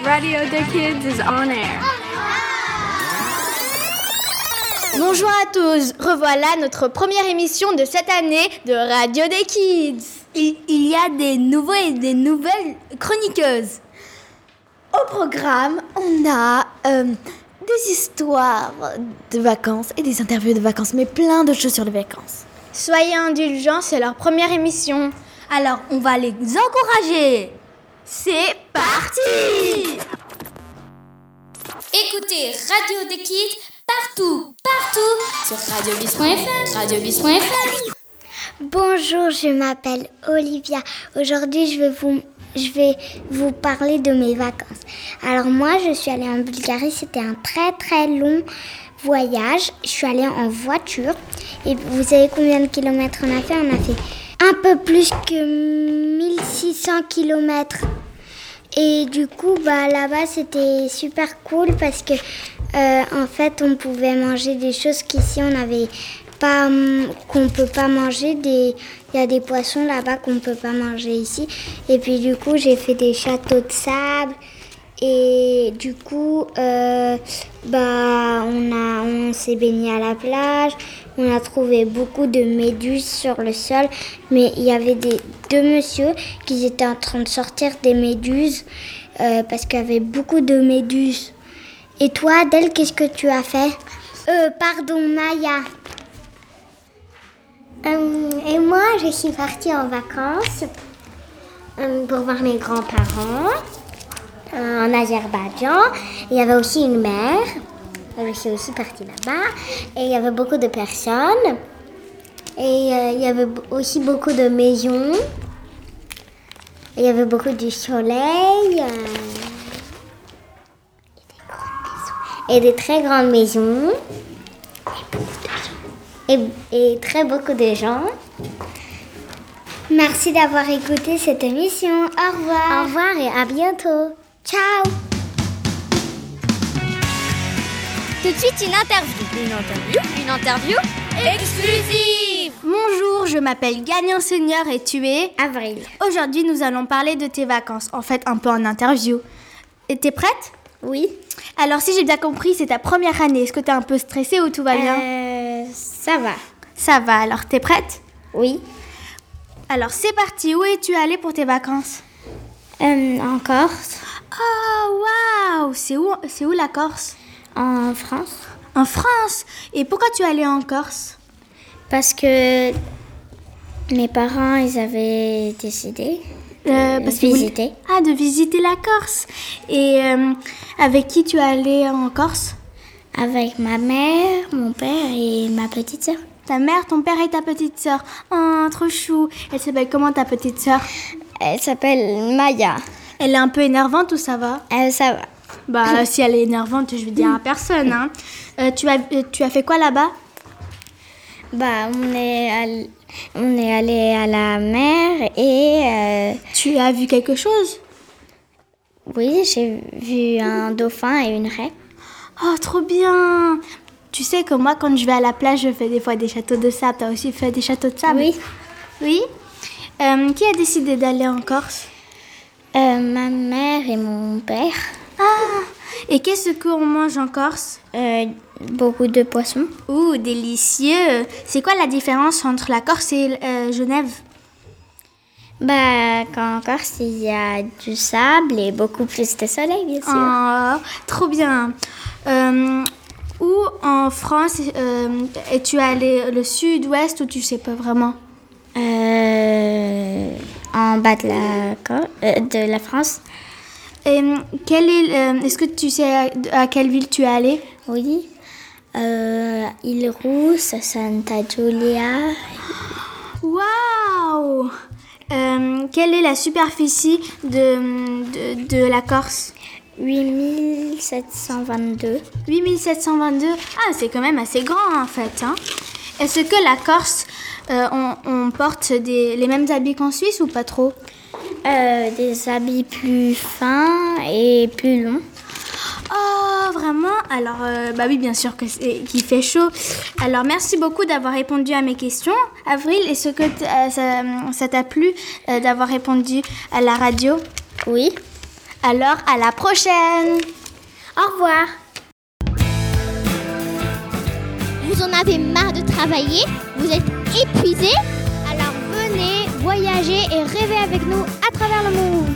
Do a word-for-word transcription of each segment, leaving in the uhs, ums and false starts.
Radio the Kids is on air. Bonjour à tous, revoilà notre première émission de cette année de Radio des Kids. Il, il y a des nouveaux et des nouvelles chroniqueuses. Au programme, on a euh, des histoires de vacances et des interviews de vacances, mais plein de choses sur les vacances. Soyez indulgents, c'est leur première émission. Alors, on va les encourager. C'est parti! Écoutez Radio des Kids partout, partout sur radiobis point f m, radiobis point f m. Bonjour, je m'appelle Olivia. Aujourd'hui, je vais vous je vais vous parler de mes vacances. Alors moi, je suis allée en Bulgarie, c'était un très très long voyage. Je suis allée en voiture et vous savez combien de kilomètres on a fait? On a fait un peu plus que mille six cents kilomètres. Et du coup, bah, là-bas, c'était super cool parce que, euh, en fait, on pouvait manger des choses qu'ici, on n'avait pas, qu'on peut pas manger. Des, il y a des poissons là-bas qu'on peut pas manger ici. Et puis, du coup, j'ai fait des châteaux de sable. Et du coup, euh, bah, on, a, on s'est baigné à la plage. On a trouvé beaucoup de méduses sur le sol. Mais il y avait des, deux messieurs qui étaient en train de sortir des méduses euh, parce qu'il y avait beaucoup de méduses. Et toi, Adèle, qu'est-ce que tu as fait? Euh, pardon, Maya. Euh, et moi, je suis partie en vacances euh, pour voir mes grands-parents. En Azerbaïdjan. Il y avait aussi une mer. Je suis aussi partie là-bas. Et il y avait beaucoup de personnes. Et euh, il y avait aussi beaucoup de maisons. Et il y avait beaucoup de soleil. Euh, et des très grandes maisons. Et, et très beaucoup de gens. Merci d'avoir écouté cette émission. Au revoir. Au revoir et à bientôt. Ciao. Tout de suite, une interview. Une interview Une interview exclusive. Bonjour, je m'appelle Gagnant Seigneur et tu es Avril. Aujourd'hui, nous allons parler de tes vacances. En fait, un peu en interview. Et t'es prête? Oui. Alors, si j'ai bien compris, c'est ta première année. Est-ce que t'es un peu stressée ou tout va bien? Euh, ça va. Ça va. Alors, t'es prête? Oui. Alors, c'est parti. Où es-tu allée pour tes vacances? Euh, en Corse. Oh, waouh! C'est où, c'est où la Corse? En France. En France? Et pourquoi tu es allée en Corse? Parce que mes parents, ils avaient décidé de euh, parce visiter. Vous... Ah, de visiter la Corse. Et euh, avec qui tu es allée en Corse? Avec ma mère, mon père et ma petite sœur. Ta mère, ton père et ta petite sœur. Oh, trop chou. Elle s'appelle comment ta petite sœur? Elle s'appelle Maya. Elle est un peu énervante ou ça va? Euh, ça va. Bah, si elle est énervante, je vais dire à personne. Hein. Euh, tu, as, tu as fait quoi là-bas? Bah, on est allé, on est allé à la mer et... Euh... Tu as vu quelque chose? Oui, j'ai vu un dauphin et une raie. Oh, trop bien! Tu sais que moi, quand je vais à la plage, je fais des fois des châteaux de sable. Tu as aussi fait des châteaux de sable? Oui. Oui? Euh, qui a décidé d'aller en Corse? Euh, ma mère et mon père. Ah! Et qu'est-ce qu'on mange en Corse? euh, Beaucoup de poissons. Ouh, délicieux! C'est quoi la différence entre la Corse et euh, Genève? Bah, quand en Corse, il y a du sable et beaucoup plus de soleil, bien sûr. Oh, trop bien! Euh, où en France euh, es-tu allé? Le sud, ouest ou tu sais pas vraiment? Euh, en bas de la, euh, de la France. Et quelle est, euh, est-ce que tu sais à, à quelle ville tu es allée? Oui. Euh, Île Rousse, Santa Giulia. Waouh! Euh, quelle est la superficie de, de, de la Corse? huit mille sept cent vingt-deux. huit mille sept cent vingt-deux. Ah, c'est quand même assez grand en fait. Hein. Est-ce que la Corse, euh, on, on porte des, les mêmes habits qu'en Suisse ou pas trop? euh, Des habits plus fins et plus longs. Oh, vraiment? Alors, euh, bah oui, bien sûr que c'est, qu'il fait chaud. Alors, merci beaucoup d'avoir répondu à mes questions. Avril, est-ce que euh, ça, ça t'a plu euh, d'avoir répondu à la radio? Oui. Alors, à la prochaine. Au revoir. Vous en avez marre de travailler? Vous êtes épuisé? Alors venez voyager et rêver avec nous à travers le monde.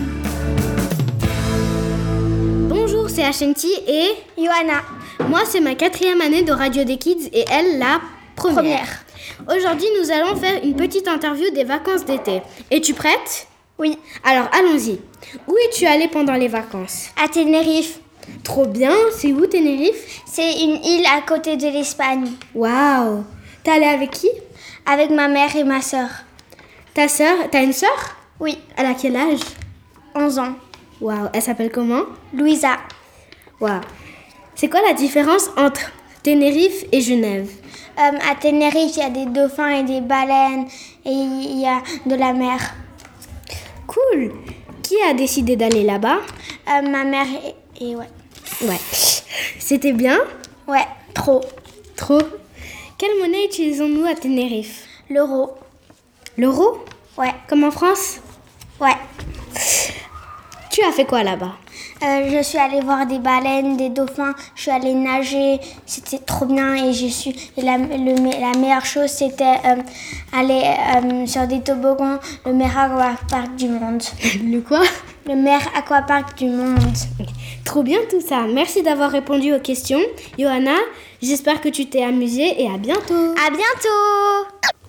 Bonjour, c'est Ashanti et Johanna, moi c'est ma quatrième année de Radio des Kids et elle la première. première. Aujourd'hui nous allons faire une petite interview des vacances d'été. Es-tu prête? Oui. Alors allons-y. Où es-tu allée pendant les vacances? À Tenerife. Trop bien, c'est où Tenerife? C'est une île à côté de l'Espagne. Waouh! T'es allée avec qui? Avec ma mère et ma sœur. Ta sœur? T'as une sœur? Oui, Elle a quel âge? onze ans. Waouh, elle s'appelle comment? Louisa. Waouh. C'est quoi la différence entre Tenerife et Genève? Euh, à Tenerife, il y a des dauphins et des baleines et il y a de la mer. Cool! Qui a décidé d'aller là-bas? Euh, ma mère et, et ouais. Ouais. C'était bien? Ouais, trop. Trop. Quelle monnaie utilisons-nous à Tenerife? L'euro. L'euro? Ouais. Comme en France? Ouais. Tu as fait quoi là-bas? Euh, je suis allée voir des baleines, des dauphins, je suis allée nager, c'était trop bien et je suis et la, le, la meilleure chose c'était euh, aller euh, sur des toboggans, le meilleur aquapark du monde. Le quoi? Le meilleur aquapark du monde. Trop bien tout ça. Merci d'avoir répondu aux questions. Johanna, j'espère que tu t'es amusée et à bientôt. À bientôt.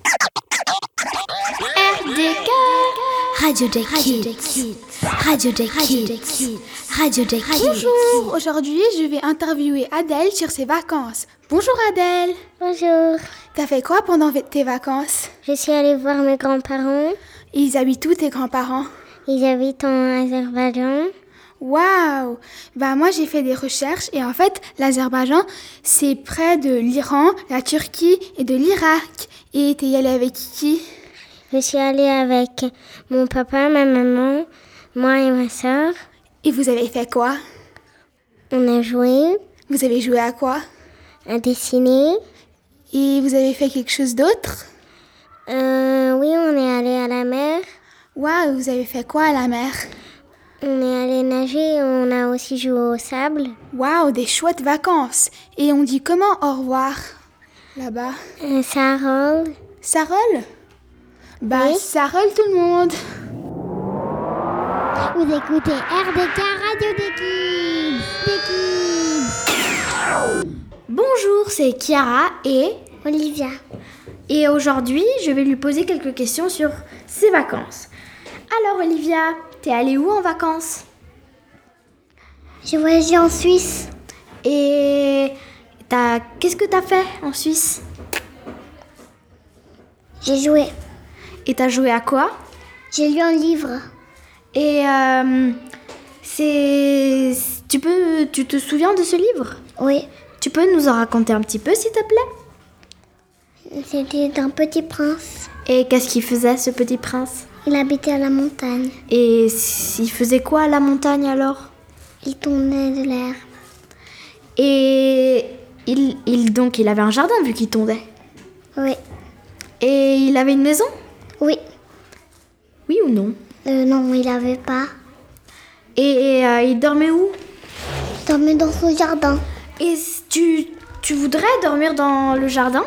R D K Radio des Kids. Radio des Kids. Radio des Kids. Bonjour, aujourd'hui je vais interviewer Adèle sur ses vacances. Bonjour Adèle. Bonjour. T'as fait quoi pendant tes vacances? Je suis allée voir mes grands-parents. Ils habitent où tes grands-parents? Ils habitent en Azerbaïdjan. Waouh! Bah moi j'ai fait des recherches et en fait l'Azerbaïdjan c'est près de l'Iran, la Turquie et de l'Irak. Et t'es allée avec qui? Je suis allée avec mon papa, ma maman, moi et ma sœur. Et vous avez fait quoi? On a joué, Vous avez joué à quoi? à dessiner. Et vous avez fait quelque chose d'autre? Euh, oui, on est allé à la mer. Waouh, vous avez fait quoi à la mer? On est allé nager et on a aussi joué au sable. Waouh, des chouettes vacances. Et on dit comment au revoir là-bas? Euh, Sarol. Sarol? Bah Oui. Sarol tout le monde. Vous écoutez R D K Radio des Kids. Des Kids. Bonjour, c'est Chiara et Olivia. et aujourd'hui je vais lui poser quelques questions sur ses vacances. Alors Olivia, t'es allée où en vacances? J'ai voyagé en Suisse. Et t'as... qu'est-ce que t'as fait en Suisse? J'ai joué. Et t'as joué à quoi? J'ai lu un livre. Et euh, c'est... Tu peux... Tu te souviens de ce livre? Oui. Tu peux nous en raconter un petit peu s'il te plaît? C'était d'un petit prince. Et qu'est-ce qu'il faisait ce petit prince? Il habitait à la montagne. Et il faisait quoi à la montagne alors? Il tournait de l'herbe. Et il, il, donc il avait un jardin vu qu'il tondait. Oui. Et il avait une maison? Oui. Oui ou non? Euh, non, il avait pas. Et, et euh, il dormait où? Il dormait dans son jardin. Et tu, tu voudrais dormir dans le jardin?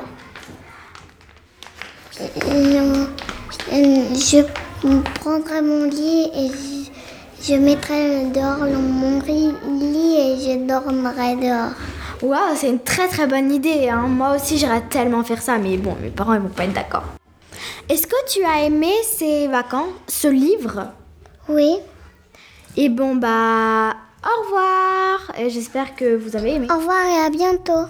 Euh, euh, je prendrais mon lit et je, je mettrais dehors dans mon lit et je dormirais dehors. Waouh, c'est une très très bonne idée, hein. Moi aussi j'aimerais tellement faire ça, mais bon, mes parents ils vont pas être d'accord. Est-ce que tu as aimé ces vacances, ce livre? Oui. Et bon bah, au revoir. Et j'espère que vous avez aimé. Au revoir et à bientôt.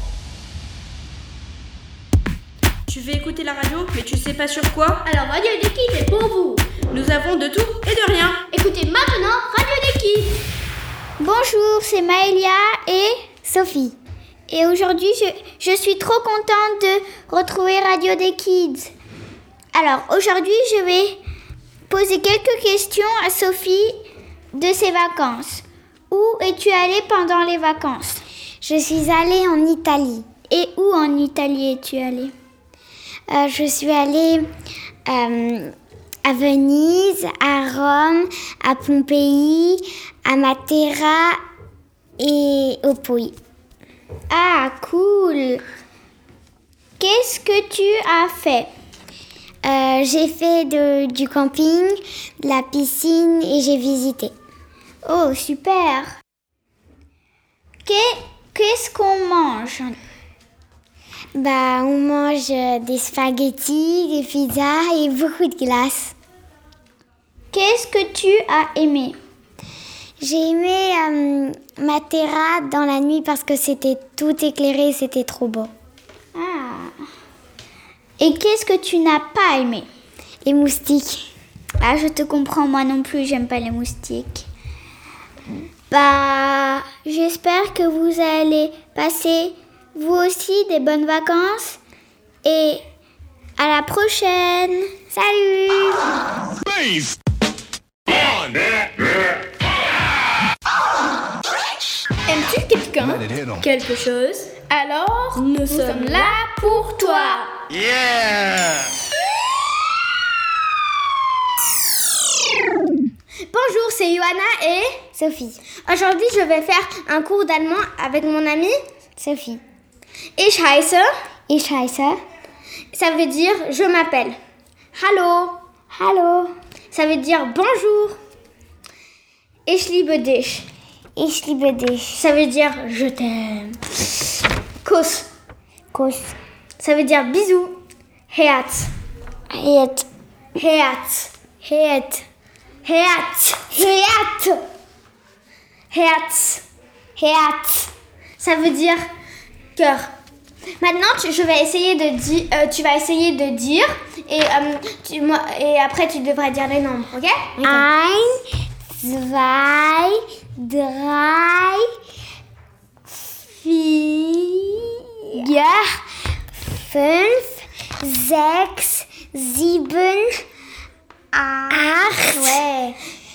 Tu veux écouter la radio, mais tu sais pas sur quoi? Alors Radio des Kids est pour vous. Nous avons de tout et de rien. Écoutez maintenant Radio des Kids. Bonjour, c'est Maëlia et Sophie. Et aujourd'hui, je, je suis trop contente de retrouver Radio des Kids. Alors, aujourd'hui, je vais poser quelques questions à Sophie de ses vacances. Où es-tu allée pendant les vacances? Je suis allée en Italie. Et où en Italie es-tu allée? Euh, je suis allée euh, À Venise, à Rome, à Pompéi, à Matera et au Puy. Ah, cool. Qu'est-ce que tu as fait? Euh, j'ai fait de, du camping, de la piscine et j'ai visité. Oh, super. Qu'est- Qu'est-ce qu'on mange? Bah, on mange des spaghettis, des pizzas et beaucoup de glace. Qu'est-ce que tu as aimé? J'ai aimé euh, Matera dans la nuit parce que c'était tout éclairé, c'était trop beau. Ah. Et qu'est-ce que tu n'as pas aimé? Les moustiques. Ah, je te comprends, moi non plus, j'aime pas les moustiques. Bah, j'espère que vous allez passer, vous aussi, des bonnes vacances. Et à la prochaine. Salut! Aimes-tu quelqu'un? Quelque chose? Alors, nous, nous sommes là pour toi. Yeah! Bonjour, c'est Johanna et Sophie. Aujourd'hui, je vais faire un cours d'allemand avec mon amie Sophie. Ich heiße. Ich heiße. Ça veut dire je m'appelle. Hallo. Hallo. Ça veut dire bonjour. Ich liebe dich. Ich liebe dich. Ça veut dire je t'aime. Kuss. Kuss. Ça veut dire bisous. Herz. Herz. Herz. Herz. Herz. Herz. Herz. Herz. Ça veut dire cœur. Maintenant, tu, je vais essayer de dire, euh, tu vas essayer de dire et, euh, tu, moi, et après tu devras dire les nombres, ok? Okay. Ein, zwei, drei, vier, fünf, sechs, sieben, acht, ouais.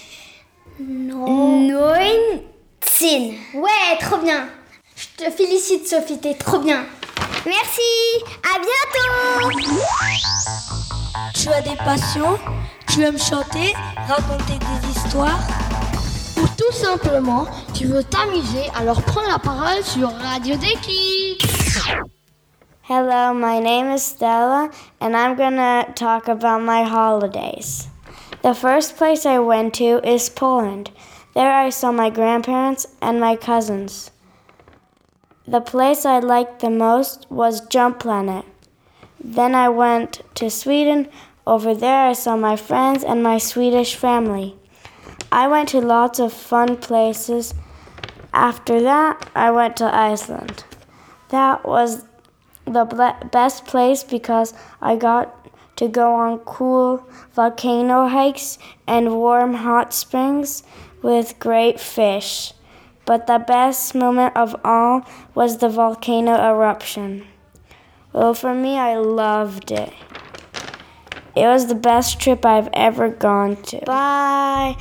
neun, zehn. Ouais, trop bien. Je te félicite, Sophie, t'es trop bien. Merci, à bientôt. Tu as des passions, tu aimes chanter, raconter des histoires, ou tout simplement, tu veux t'amuser, alors prends la parole sur Radio des Kids. Hello, my name is Stella, and I'm gonna talk about my holidays. The first place I went to is Poland. There I saw my grandparents and my cousins. The place I liked the most was Jump Planet. Then I went to Sweden. Over there I saw my friends and my Swedish family. I went to lots of fun places. After that, I went to Iceland. That was the ble- best place because I got to go on cool volcano hikes and warm hot springs with great fish. But the best moment of all was the volcano eruption. Well, for me, I loved it. It was the best trip I've ever gone to. Bye!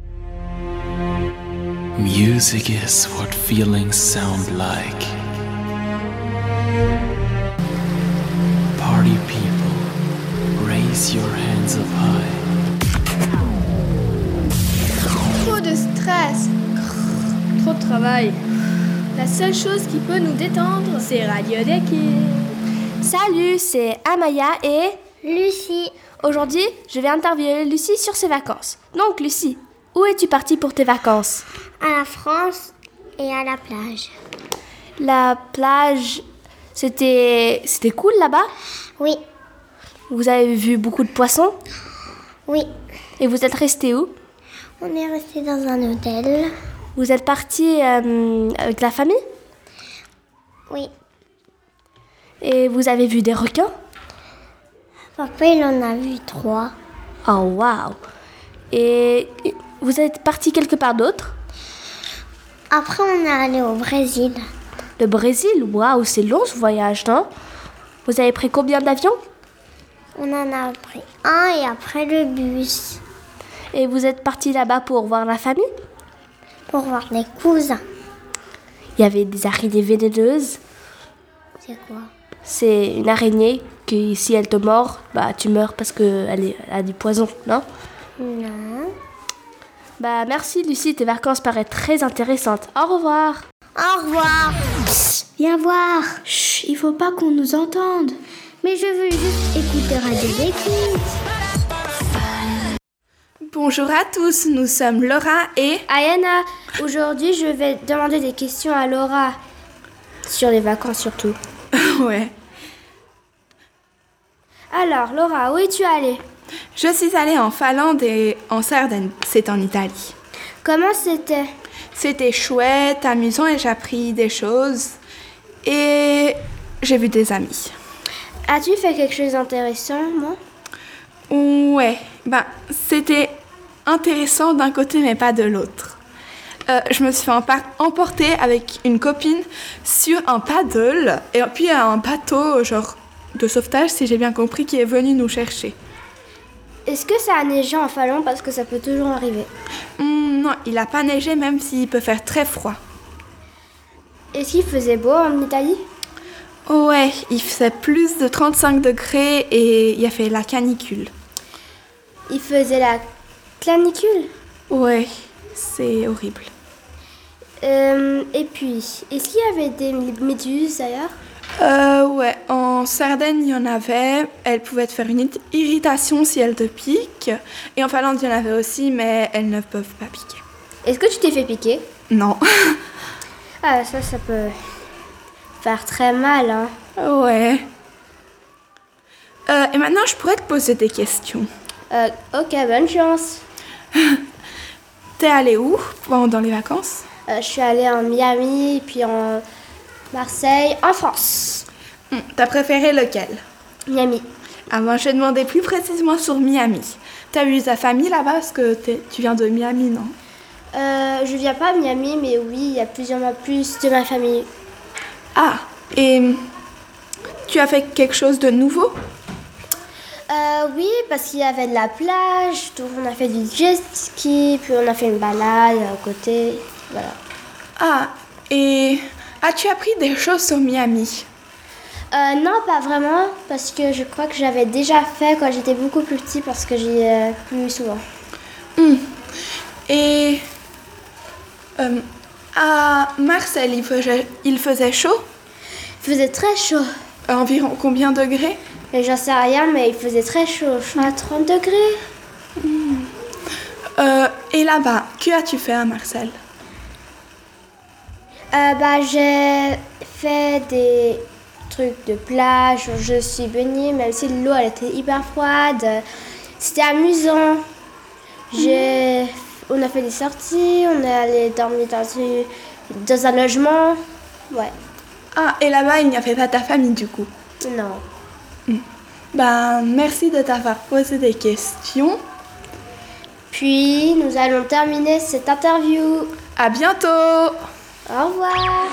Music is what feelings sound like. Party people, raise your hands up high. Trop de stress. Trop de travail. La seule chose qui peut nous détendre, c'est Radio des Kids. Salut, c'est Amaya et Lucie. Aujourd'hui, je vais interviewer Lucie sur ses vacances. Donc Lucie, où es-tu partie pour tes vacances? À la France et à la plage. La plage, c'était c'était cool là-bas? Oui. Vous avez vu beaucoup de poissons? Oui. Et vous êtes resté où? On est resté dans un hôtel. Vous êtes parti euh, avec la famille? Oui. Et vous avez vu des requins? Papa, il en a vu trois. Oh, waouh! Et vous êtes parti quelque part d'autre? Après, on est allé au Brésil. Le Brésil? Waouh, c'est long ce voyage, non? Vous avez pris combien d'avions? On en a pris un et après le bus. Et vous êtes parti là-bas pour voir la famille? Pour voir les cousins. Il y avait des araignées vénéneuses. C'est quoi? C'est une araignée qui, si elle te mord, bah tu meurs parce qu'elle a du poison, non? Non. Bah merci Lucie, tes vacances paraissent très intéressantes. Au revoir. Au revoir. Psst, viens voir. Chut, il faut pas qu'on nous entende. Mais je veux juste écouter Radio des Kids. Bonjour à tous, nous sommes Laura et Ayana. Aujourd'hui, je vais demander des questions à Laura. Sur les vacances surtout. Ouais. Alors, Laura, où es-tu allée? Je suis allée en Finlande et en Sardaigne, c'est en Italie. Comment c'était? C'était chouette, amusant et j'ai appris des choses. Et j'ai vu des amis. As-tu fait quelque chose d'intéressant, moi? Ouais, ben c'était intéressant d'un côté mais pas de l'autre. Euh, je me suis fait empa- emporter avec une copine sur un paddle et puis un bateau genre de sauvetage si j'ai bien compris qui est venu nous chercher. Est-ce que ça a neigé en Finlande parce que ça peut toujours arriver? Mmh, non, il a pas neigé même s'il peut faire très froid. Est-ce qu'il faisait beau en Italie? Ouais, il faisait plus de trente-cinq degrés et il a fait la canicule. Il faisait la canicule? Ouais, c'est horrible. Euh, et puis, est-ce qu'il y avait des méduses ailleurs? Euh, ouais, en Sardaigne, il y en avait. Elles pouvaient te faire une irritation si elles te piquent. Et en Finlande, il y en avait aussi, mais elles ne peuvent pas piquer. Est-ce que tu t'es fait piquer? Non. Ah, ça, ça peut faire très mal, hein. Ouais. Euh, et maintenant, je pourrais te poser des questions. Euh, ok, bonne chance. T'es allée où pendant les vacances? Euh, je suis allée en Miami, puis en Marseille, en France. Hum, T'as préféré lequel? Miami. Ah ben, je vais demander plus précisément sur Miami. T'as vu ta famille là-bas parce que t'es- tu viens de Miami, non? Euh, je viens pas à Miami, mais oui, il y a plusieurs mois plus de ma famille. Ah, et tu as fait quelque chose de nouveau? Euh, oui, parce qu'il y avait de la plage, donc on a fait du jet ski, puis on a fait une balade à côté, voilà. Ah, et as-tu appris des choses sur Miami? Euh, non, pas vraiment, parce que je crois que j'avais déjà fait quand j'étais beaucoup plus petit, parce que j'y ai plus souvent. Hum. Et euh, à Marseille, il faisait, il faisait chaud? Il faisait très chaud. À environ combien de degrés? Et j'en sais rien, mais il faisait très chaud, je crois à trente degrés. Hum. Euh, et là-bas, qu'as-tu fait à Marseille? Euh, bah, j'ai fait des trucs de plage, je suis baignée, même si l'eau elle était hyper froide. C'était amusant. J'ai... On a fait des sorties, on est allé dormir dans, une... dans un logement. Ouais. Ah, et là-bas, il n'y avait pas ta famille du coup? Non. Hum. Ben, merci de t'avoir posé des questions. Puis, nous allons terminer cette interview. À bientôt! Au revoir.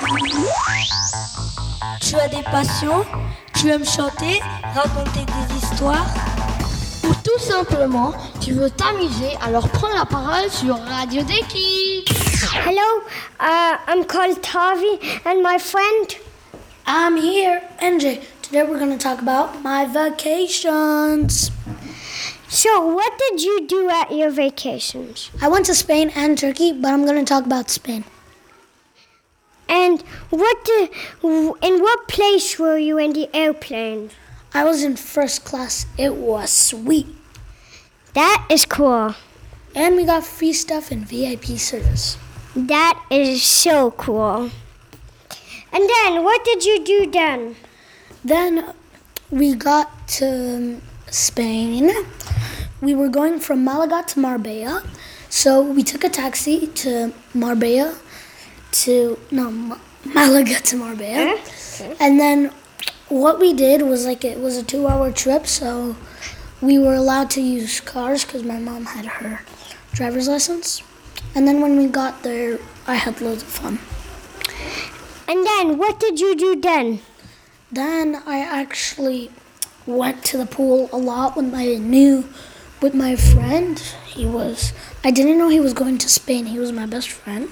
Tu as des passions, tu aimes chanter, raconter des histoires, ou tout simplement, tu veux t'amuser, alors prends la parole sur Radio des Kids. Hello, uh, I'm called Tavi, and my friend. I'm here, N J. Today we're going to talk about my vacations. So, what did you do at your vacations? I went to Spain and Turkey, but I'm going to talk about Spain. And what did, in what place were you in the airplane? I was in first class. It was sweet. That is cool. And we got free stuff and V I P service. That is so cool. And then, what did you do then? Then we got to Spain. We were going from Malaga to Marbella. So we took a taxi to Marbella to, no, Ma- Malaga to Marbella. Okay. And then what we did was like, it was a two hour trip. So we were allowed to use cars because my mom had her driver's license. And then when we got there, I had loads of fun. And then, what did you do then? Then I actually went to the pool a lot with my new, with my friend. He was, I didn't know he was going to Spain. He was my best friend.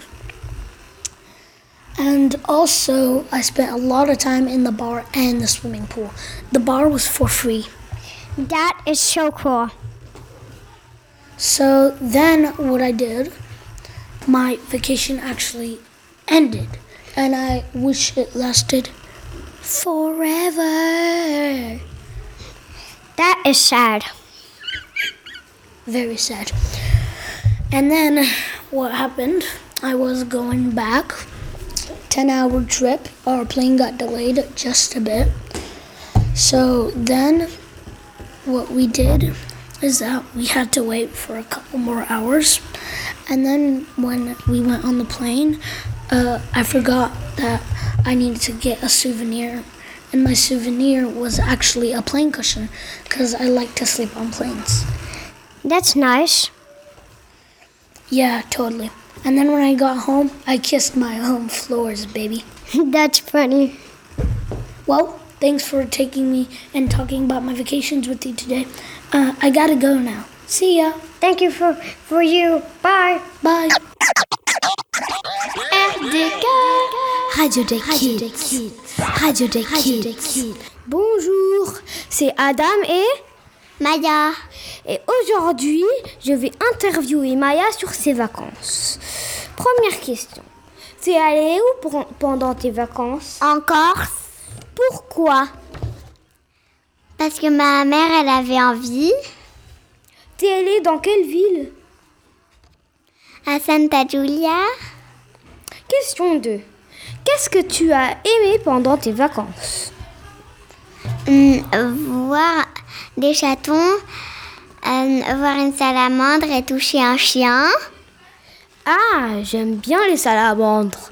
And also, I spent a lot of time in the bar and the swimming pool. The bar was for free. That is so cool. So then what I did, my vacation actually ended, and I wish it lasted forever. That is sad. Very sad. And then what happened, I was going back, ten hour trip, our plane got delayed just a bit. So then what we did is that we had to wait for a couple more hours. And then when we went on the plane, uh, I forgot that I needed to get a souvenir. And my souvenir was actually a plane cushion because I like to sleep on planes. That's nice. Yeah, totally. And then when I got home, I kissed my home floors, baby. That's funny. Well, thanks for taking me and talking about my vacations with you today. Uh, I gotta go now. See ya. Thank you for, for you. Bye. Bye. R D K, Radio des Kids. Radio des Kids. Bonjour, c'est Adam et Maya. Et aujourd'hui, je vais interviewer Maya sur ses vacances. Première question. Tu es allée où pour- pendant tes vacances? En Corse. Pourquoi? Parce que ma mère, elle avait envie. Tu es allée dans quelle ville? À Santa Giulia. Question deux. Qu'est-ce que tu as aimé pendant tes vacances? Hum, voir des chatons, euh, voir une salamandre et toucher un chien. Ah, j'aime bien les salamandres.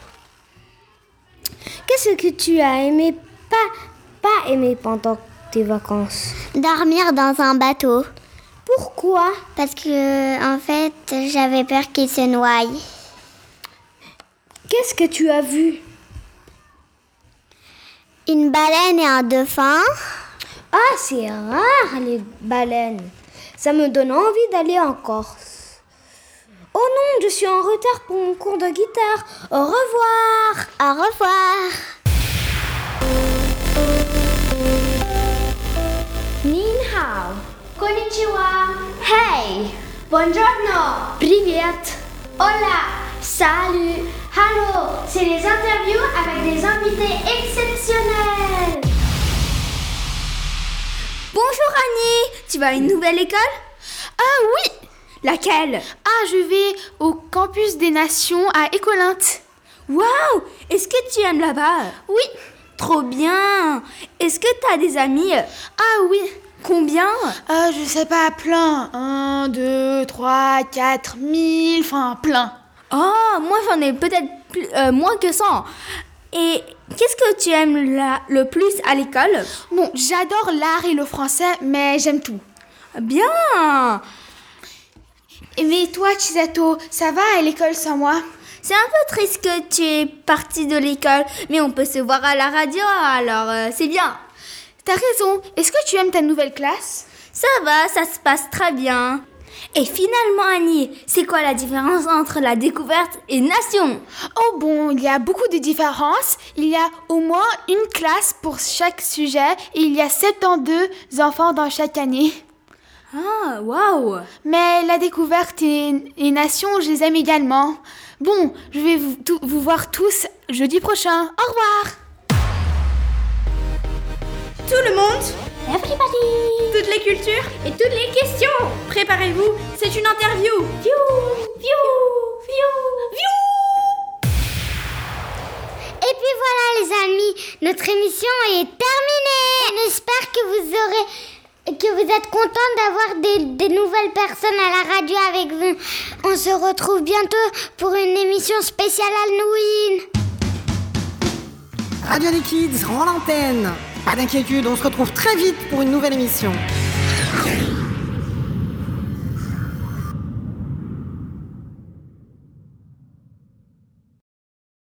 Qu'est-ce que tu as aimé, pas, pas aimé pendant tes vacances? Dormir dans un bateau. Pourquoi? Parce que, en fait, j'avais peur qu'il se noie. Qu'est-ce que tu as vu? Une baleine et un dauphin. Ah, c'est rare les baleines. Ça me donne envie d'aller en Corse. Oh non, je suis en retard pour mon cours de guitare. Au revoir. Au revoir. Ni hao. Konnichiwa. Hey. Buongiorno. Привет. Hola. Salut. Hello. C'est les interviews avec des invités exceptionnels. Bonjour Annie. Tu vas à une nouvelle école? Ah oui! Laquelle? Ah, je vais au campus des Nations à Écolinte. Waouh! Est-ce que tu aimes là-bas? Oui. Trop bien. Est-ce que tu as des amis? Ah oui. Combien? Euh, je sais pas, plein. Un, deux, trois, quatre, mille, enfin plein. Oh, moi j'en ai peut-être plus, euh, moins que cent. Et qu'est-ce que tu aimes là, le plus à l'école? Bon, j'adore l'art et le français, mais j'aime tout. Bien. Mais toi, Chisato, ça va à l'école sans moi? C'est un peu triste que tu es partie de l'école, mais on peut se voir à la radio, alors euh, c'est bien. T'as raison. Est-ce que tu aimes ta nouvelle classe? Ça va, ça se passe très bien. Et finalement, Annie, c'est quoi la différence entre la découverte et Nation? Oh bon, il y a beaucoup de différences. Il y a au moins une classe pour chaque sujet et il y a soixante-douze enfants dans chaque année. Ah, waouh! Mais la découverte et, et Nation, je les aime également. Bon, je vais vous, tout, vous voir tous jeudi prochain. Au revoir! Tout le monde, Everybody. toutes les cultures et toutes les questions. Préparez-vous, c'est une interview. Viou, viou, viou, viou. Et puis voilà les amis, notre émission est terminée. On espère que vous aurez, que vous êtes contents d'avoir des, des nouvelles personnes à la radio avec vous. On se retrouve bientôt pour une émission spéciale Halloween. Radio des Kids rend l'antenne. Pas d'inquiétude, on se retrouve très vite pour une nouvelle émission.